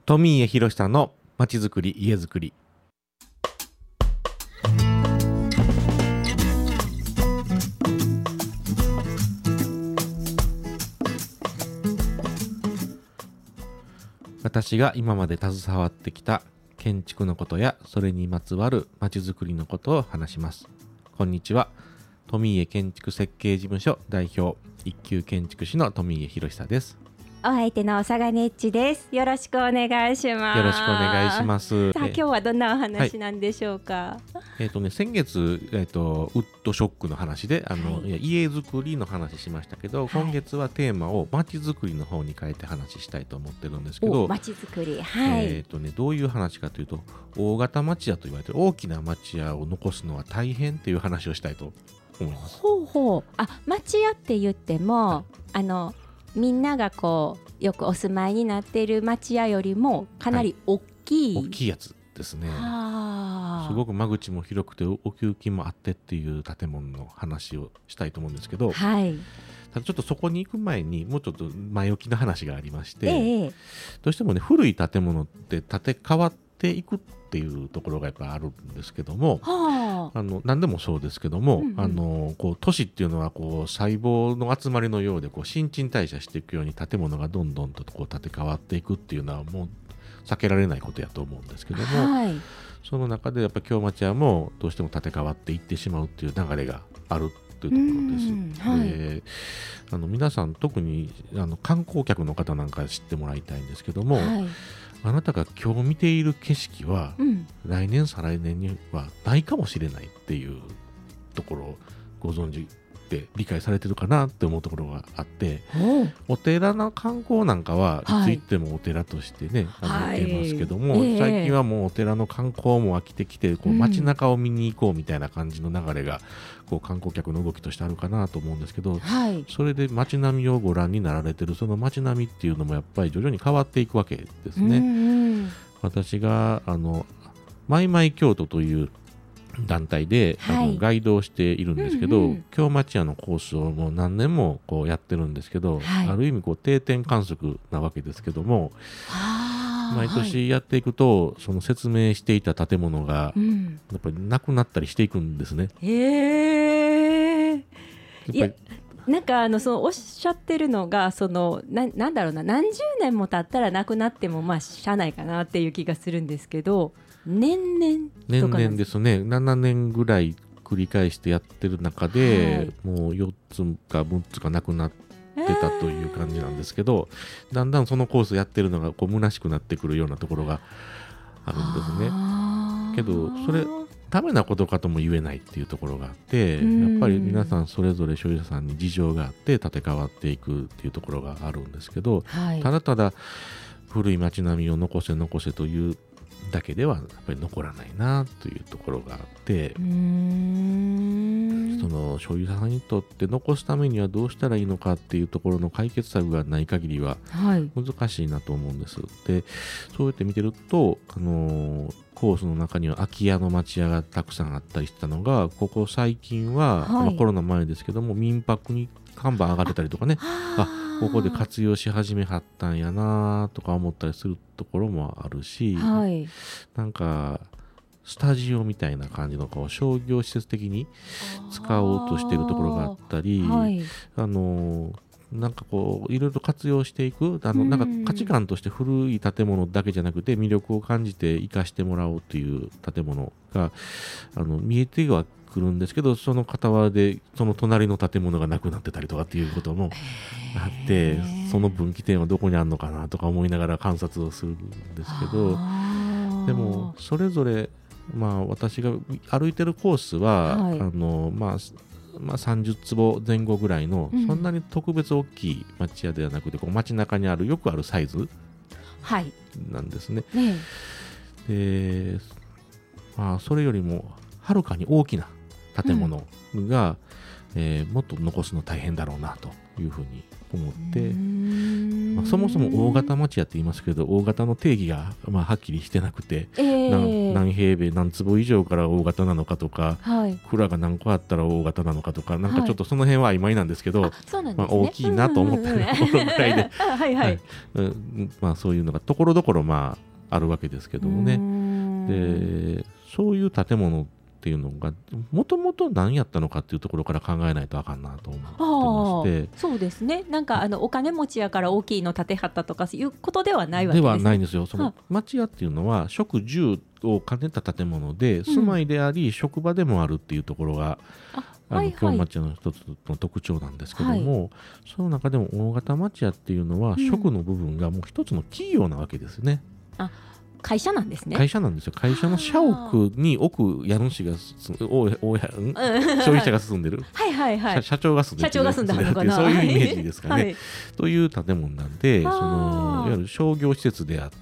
富家博さんのまちづくり家づくり。私が今まで携わってきた建築のことやそれにまつわるまちづくりのことを話します。こんにちは。富家建築設計事務所代表一級建築士の富家博久です。 お相手の佐賀ネッチです。よろしくお願いします。 よろしくお願いします。 さあ今日はどんなお話なんでしょうか。 先月、ウッドショックの話で家づくりの話しましたけど、今月はテーマをまちづくりの方に変えて話したいと思ってるんですけど、 まちづくり、 どういう話かというと、大型町屋と言われている大きな町屋を残すのは大変っていう話をしたいと思います。 町屋って言ってもみんながこうよくお住まいになっている町屋よりもかなり大きい、 大きいやつですね。すごく間口も広くて奥行きもあってっていう建物の話をしたいと思うんですけど、ただちょっとそこに行く前にもうちょっと前置きの話がありまして、どうしてもね古い建物って建て替わっていくっていうところがやっぱあるんですけども、何でもそうですけども、こう都市っていうのはこう細胞の集まりのようでこう新陳代謝していくように建物がどんどんとこう建て替わっていくっていうのはもう避けられないことやと思うんですけども、その中でやっぱり京町屋もどうしても建て替わっていってしまうっていう流れがあるというところです。皆さん特に観光客の方なんか知ってもらいたいんですけども、あなたが今日見ている景色は、来年再来年にはないかもしれないっていうところをご存知で理解されてるかなって思うところがあって、お寺の観光なんかはいつ行ってもお寺としてね、行けますけども、最近はもうお寺の観光も飽きてきてこう街中を見に行こうみたいな感じの流れがこう観光客の動きとしてあるかなと思うんですけど、それで街並みをご覧になられてるその街並みっていうのもやっぱり徐々に変わっていくわけですね。私がマイマイ京都という団体でガイドをしているんですけど、京町屋のコースをもう何年もこうやってるんですけど、ある意味こう定点観測なわけですけども、毎年やっていくとその説明していた建物がやっぱりなくなったりしていくんですね。 なんかそのおっしゃってるのがなんだろうな、何十年も経ったらなくなってもまあしゃあないかなっていう気がするんですけど、年々 ですね。7年ぐらい繰り返してやってる中で、もう4つか6つかなくなってたという感じなんですけど、だんだんそのコースやってるのがこう虚しくなってくるようなところがあるんですね。けどそれダメなことかとも言えないっていうところがあって、やっぱり皆さんそれぞれ所有者さんに事情があって建て替わっていくっていうところがあるんですけど、ただただ古い街並みを残せというだけではやっぱり残らないなというところがあって、その所有者さんにとって残すためにはどうしたらいいのかっていうところの解決策がない限りは難しいなと思うんです。で、そうやって見てるとコースの中には空き家の町屋がたくさんあったりしたのが、ここ最近は、コロナ前ですけども民泊に看板上がってたりとかね、ここで活用し始めはったんやなとか思ったりするところもあるし、なんかスタジオみたいな感じのこう商業施設的に使おうとしているところがあったり、なんかこういろいろ活用していくなんか価値観として古い建物だけじゃなくて魅力を感じて生かしてもらおうという建物が見えてはくるんですけど、その傍らでその隣の建物がなくなってたりとかっていうこともあって、その分岐点はどこにあるのかなとか思いながら観察をするんですけど、でもそれぞれ私が歩いてるコースは、30坪前後ぐらいの、そんなに特別大きい町屋ではなくてこう街中にあるよくあるサイズなんですね。で、それよりもはるかに大きな建物が、もっと残すの大変だろうなというふうに思って、 そもそも大型町屋って言いますけど、大型の定義がはっきりしてなくて、何平米何坪以上から大型なのかとか、蔵が何個あったら大型なのかとか、なんかちょっとその辺は曖昧なんですけど、大きいなと思ったぐらいで、そういうのがところどころあるわけですけどもね。でそういう建物っていうのがもともと何やったのかっていうところから考えないとあかんなと思ってまして。 そうですね。なんかお金持ちやから大きいの建てはったとかいうことではないわけですね。 ではないんですよ。その町屋っていうのは食住を兼ねた建物で、住まいであり職場でもあるっていうところが京町屋の一つの特徴なんですけども、その中でも大型町屋っていうのは食の部分がもう一つの企業なわけですね。 会社なんですね。 会社なんですよ。会社の社屋に奥家主が所有者が住んでる、社長が住んでる、そういうイメージですかね。という建物なんで、いわゆる商業施設であって、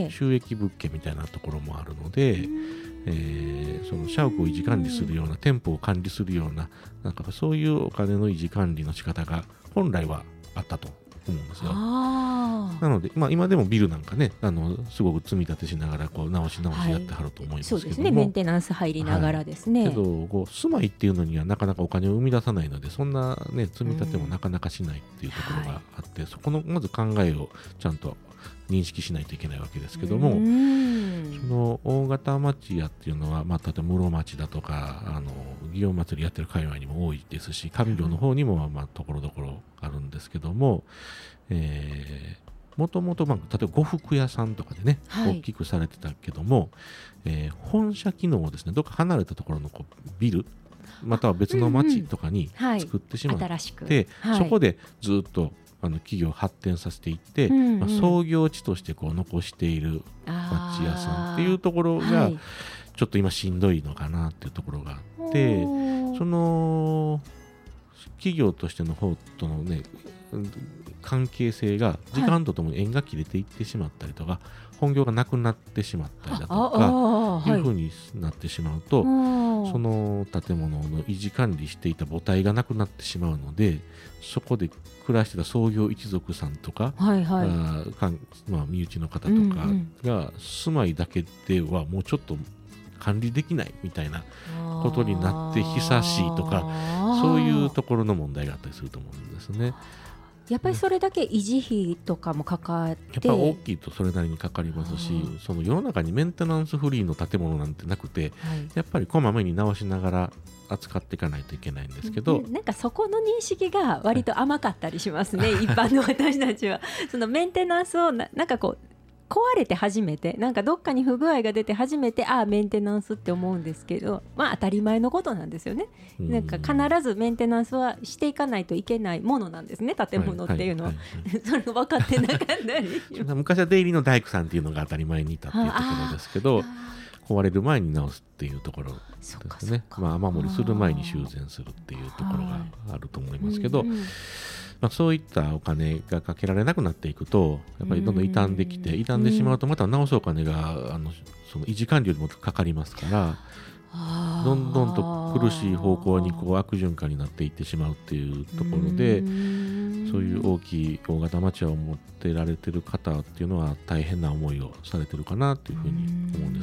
収益物件みたいなところもあるので、その社屋を維持管理するような、店舗を管理するような、なんかそういうお金の維持管理の仕方が本来はあったと思うんですよ。なので、今でもビルなんかね、すごく積み立てしながら直しやってはると思いますけども、 そうですね、メンテナンス入りながらですね。 けど住まいっていうのにはなかなかお金を生み出さないので、そんな、積み立てもなかなかしないっていうところがあって、そこのまず考えをちゃんと認識しないといけないわけですけども、その大型町屋っていうのは、例えば室町だとか祇園祭やってる界隈にも多いですし、上京の方にもところどころあるんですけども、もともと例えば呉服屋さんとかでね、大きくされてたけども、本社機能をですね、どっか離れたところのビルまたは別の町とかに作ってしまって、そこでずっと企業を発展させていって、創業地として残している町屋さんっていうところがちょっと今しんどいのかなっていうところがあって、その企業としての方とのね関係性が時間とともに縁が切れていってしまったりとか、本業がなくなってしまったりだとかいうふうになってしまうと、その建物の維持管理していた母体がなくなってしまうので、そこで暮らしてた創業一族さんとか、身内の方とかが住まいだけではもうちょっと管理できないみたいなことになって久しいとか、そういうところの問題があったりすると思うんですね。 やっぱりそれだけ維持費とかもかかって、 やっぱ大きいとそれなりにかかりますし、その世の中にメンテナンスフリーの建物なんてなくて、やっぱりこまめに直しながら扱っていかないといけないんですけど、 なんかそこの認識が割と甘かったりしますね、一般の私たちは。そのメンテナンスをなんか壊れて初めて、なんかどっかに不具合が出て初めてメンテナンスって思うんですけど、当たり前のことなんですよね。なんか必ずメンテナンスはしていかないといけないものなんですね、建物っていうのは。それ分かってなかったり昔は出入りの大工さんっていうのが当たり前にいたっていうところですけど、壊れる前に直すっていうところですね。雨漏りする前に修繕するっていうところがあると思いますけど、そういったお金がかけられなくなっていくと、やっぱりどんどん傷んできて、傷んでしまうとまた直すお金がその維持管理よりもかかりますから、どんどんと苦しい方向に悪循環になっていってしまうっていうところで、そういう大型町屋を持ってられてる方っていうのは大変な思いをされてるかなというふうに思うんです。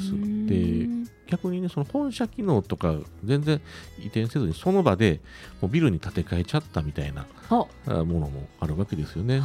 で、逆にね、その本社機能とか全然移転せずにその場でもうビルに建て替えちゃったみたいなものもあるわけですよね。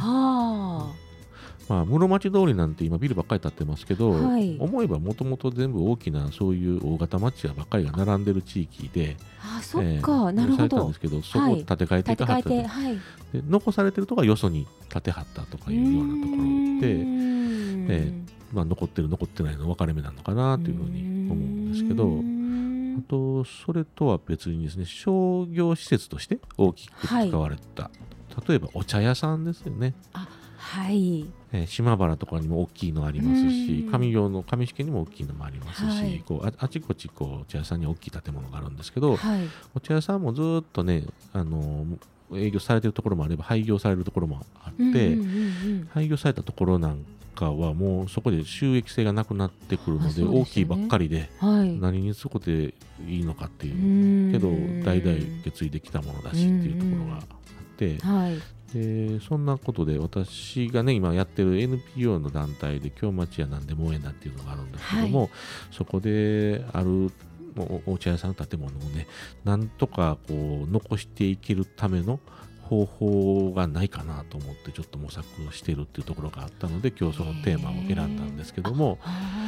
室町通りなんて今ビルばっかり建ってますけど、思えばもともと全部大きなそういう大型町屋ばっかりが並んでる地域で、 そっか、なるほど。 されたんですけど、そこを建て替えていかはったで、残されてるところはよそに建てはったとかいうようなところで、残ってる残ってないの分かれ目なのかなというふうに思うんですけど、あとそれとは別にですね、商業施設として大きく使われた、例えばお茶屋さんですよね。島原とかにも大きいのありますし、上京の上宿にも大きいのもありますし、あちこちお茶屋さんに大きい建物があるんですけど、お茶屋さんもずっとね営業されてるところもあれば廃業されるところもあって、廃業されたところなんかはもうそこで収益性がなくなってくるので、大きいばっかりで、何にそこでいいのかっていうけど代々受け継いできたものだしっていうところがあって、 そんなことで私がね今やってる NPO の団体で京町屋なんでもえなっていうのがあるんですけども、はい、そこであるお茶屋さんの建物をねなんとかこう残していけるための方法がないかなと思ってちょっと模索しているっていうところがあったので今日そのテーマを選んだんですけども、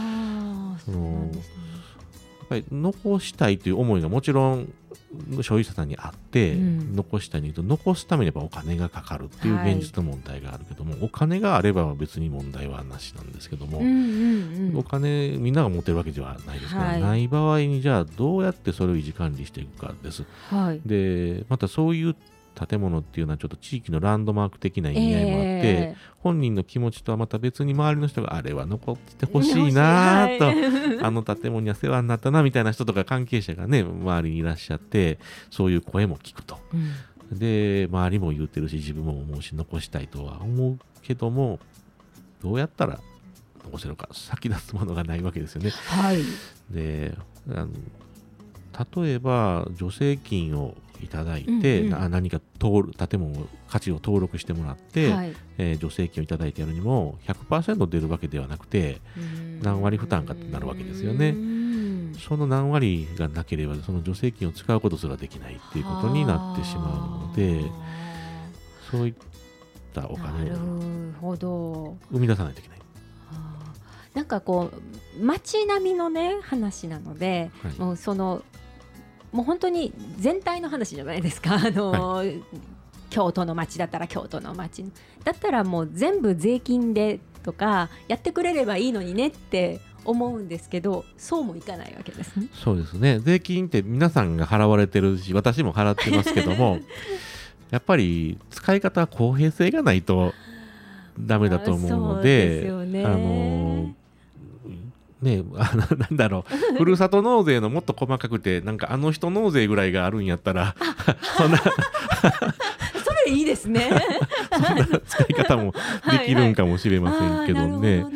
やっぱり残したいという思いがもちろん所有者さんにあって、残したいに言うと残すためにやっぱお金がかかるっていう現実の問題があるけども、お金があれば別に問題はなしなんですけども、お金みんなが持ってるわけではないですから、ない場合にじゃあどうやってそれを維持管理していくかです。でまたそういう建物っていうのはちょっと地域のランドマーク的な意味合いもあって、本人の気持ちとはまた別に周りの人があれは残ってほしいなと、あの建物には世話になったなみたいな人とか関係者がね周りにいらっしゃって、そういう声も聞くと、で周りも言ってるし自分も思うし残したいとは思うけども、どうやったら残せるか先立つものがないわけですよね。で例えば助成金をいただいて、何か建物価値を登録してもらって、助成金をいただいてやるにも 100% 出るわけではなくて何割負担かってなるわけですよね。その何割がなければその助成金を使うことすらできないっていうことになってしまうので、そういったお金を生み出さないといけない。 なんかこう街並みのね話なので、もう本当に全体の話じゃないですか。京都の町だったら京都の町だったらもう全部税金でとかやってくれればいいのにねって思うんですけど、そうもいかないわけですね。 そうですね。税金って皆さんが払われてるし私も払ってますけどもやっぱり使い方は公平性がないとダメだと思うので、なんだろうふるさと納税のもっと細かくてなんか人納税ぐらいがあるんやったらそんなそれいいですねそんな使い方もできるんかもしれませんけどね。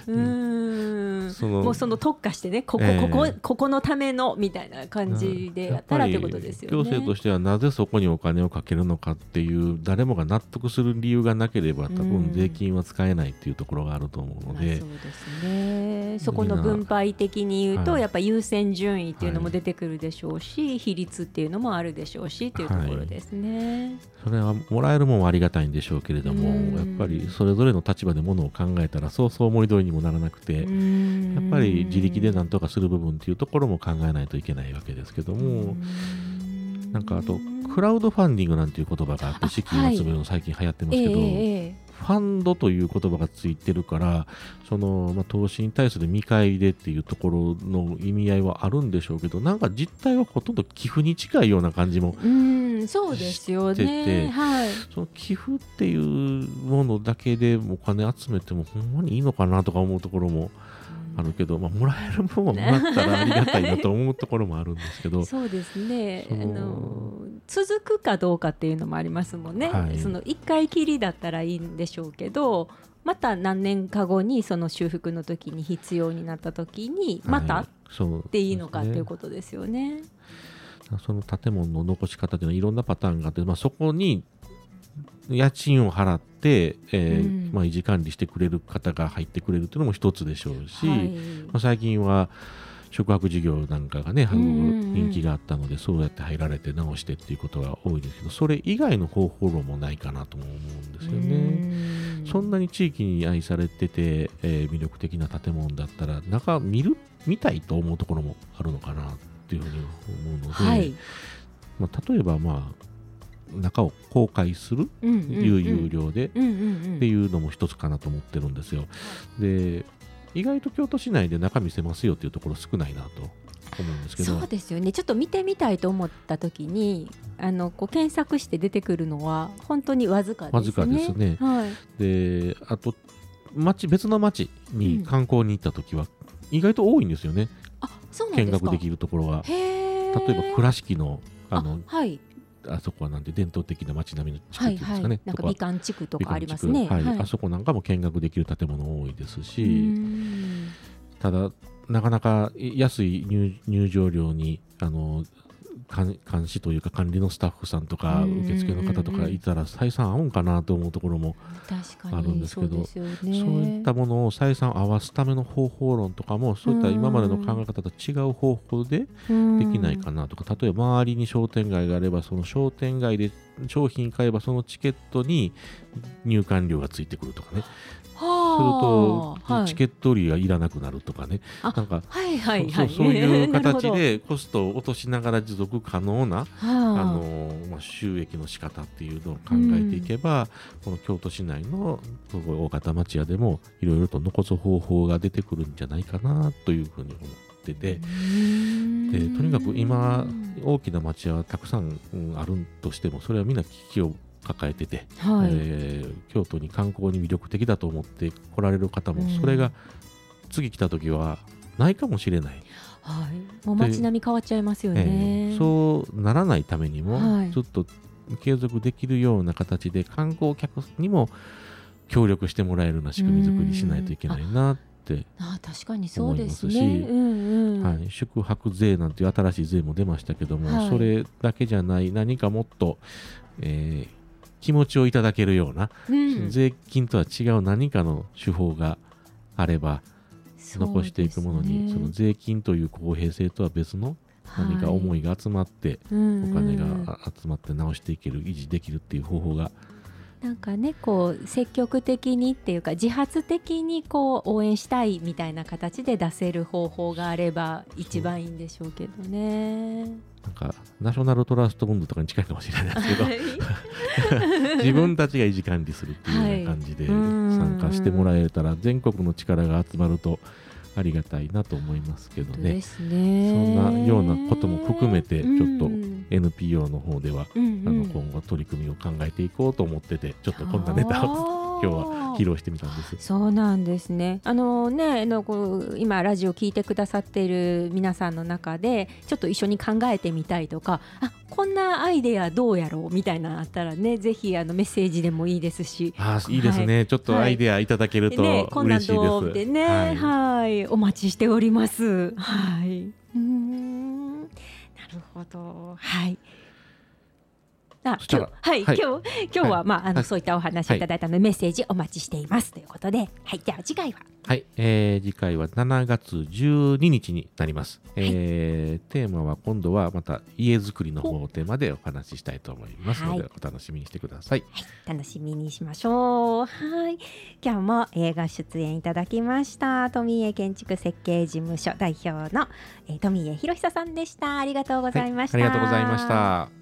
もうその特化してねここのためのみたいな感じでやったらってことですよね。 行政としてはなぜそこにお金をかけるのかっていう誰もが納得する理由がなければ多分税金は使えないっていうところがあると思うので、 そうですね。そこの分配的に言うとやっぱ優先順位っていうのも出てくるでしょうし、比率っていうのもあるでしょうしっていうところですね。 それはもらえるもんはありがたいんでしょうけれども、やっぱりそれぞれの立場でものを考えたらそうそう思い通りにもならなくて、やっぱり自力で何とかする部分っていうところも考えないといけないわけですけども、なんかあとクラウドファンディングなんていう言葉があって資金を集めるの最近流行ってますけど、ファンドという言葉がついてるから投資に対する見返りでっていうところの意味合いはあるんでしょうけど、なんか実態はほとんど寄付に近いような感じもそうですよね。 その寄付っていうものだけでお金集めてもほんまにいいのかなとか思うところもあるけど、もらえるものをもらったらありがたいなと思うところもあるんですけどそうですね。続くかどうかっていうのもありますもんね。その1回きりだったらいいんでしょうけど、また何年か後にその修復の時に必要になった時にまたっていいのかっていうことですよね。 その建物の残し方というのはいろんなパターンがあって、そこに家賃を払って、維持管理してくれる方が入ってくれるというのも一つでしょうし、最近は宿泊事業なんかがね人気があったのでそうやって入られて直してっていうことが多いですけど、それ以外の方法論もないかなとも思うんですよね。そんなに地域に愛されてて、魅力的な建物だったら中見たいと思うところもあるのかなっていうふうに思うので、例えば中を公開する、有料でっていうのも一つかなと思ってるんですよ。で意外と京都市内で中見せますよっていうところ少ないなと思うんですけど。 そうですよね。ちょっと見てみたいと思った時に検索して出てくるのは本当にわずかですね。 わずかですね。であと別の町に観光に行った時は意外と多いんですよね。 そうなんですか。 見学できるところが。例えば倉敷のあそこはなんて伝統的な町並みの地区っていうんですかね、 なんか美観地区とかありますね。 あそこなんかも見学できる建物多いですし、ただなかなか安い入場料に監視というか管理のスタッフさんとか受付の方とかいたら採算合うんかなと思うところもあるんですけど、そういったものを採算を合わすための方法論とかもそういった今までの考え方と違う方法でできないかなとか、例えば周りに商店街があればその商店街で商品買えばそのチケットに入館料がついてくるとかね、すると、チケット売りがいらなくなるとかね、なんかそういう形でコストを落としながら持続可能な収益の仕方っていうのを考えていけば、この京都市内の大型町屋でもいろいろと残す方法が出てくるんじゃないかなというふうに思ってて、でとにかく今大きな町屋はたくさんあるとしてもそれはみんな危機を抱えてて、京都に観光に魅力的だと思って来られる方もそれが次来た時はないかもしれない、 もう街並み変わっちゃいますよね、 そうならないためにも、ずっと継続できるような形で観光客にも協力してもらえるような仕組み作りしないといけないなって確かにそうで思いますし、宿泊税なんていう新しい税も出ましたけども、それだけじゃない何かもっと、気持ちをいただけるような、税金とは違う何かの手法があれば残していくものに、その税金という公平性とは別の何か思いが集まって、お金が集まって直していける、維持できるっていう方法がなんかね、こう積極的にっていうか自発的にこう応援したいみたいな形で出せる方法があれば一番いいんでしょうけどね。 なんかナショナルトラストファンドとかに近いかもしれないですけど自分たちが維持管理するっていうような感じで参加してもらえたら全国の力が集まるとありがたいなと思いますけどね。そんなようなことも含めてちょっと NPO の方では今後取り組みを考えていこうと思ってて、ちょっとこんなネタを今日は披露してみたんです。 そうなんですね。今ラジオ聞いてくださっている皆さんの中でちょっと一緒に考えてみたいとか、こんなアイデアどうやろうみたいなのあったらね、ぜひメッセージでもいいですし、 いいですね、ちょっとアイデアいただけると嬉しいです。こんなどうってね、お待ちしております。なるほど。今日はそういったお話をいただいたので、メッセージお待ちしていますということで、じゃあ次回は次回は7月12日になります。テーマは今度はまた家づくりの方をテーマでお話ししたいと思いますので、お楽しみにしてください。 楽しみにしましょう。今日もご出演いただきました富家建築設計事務所代表の富家博久さんでした。ありがとうございました。 ありがとうございました。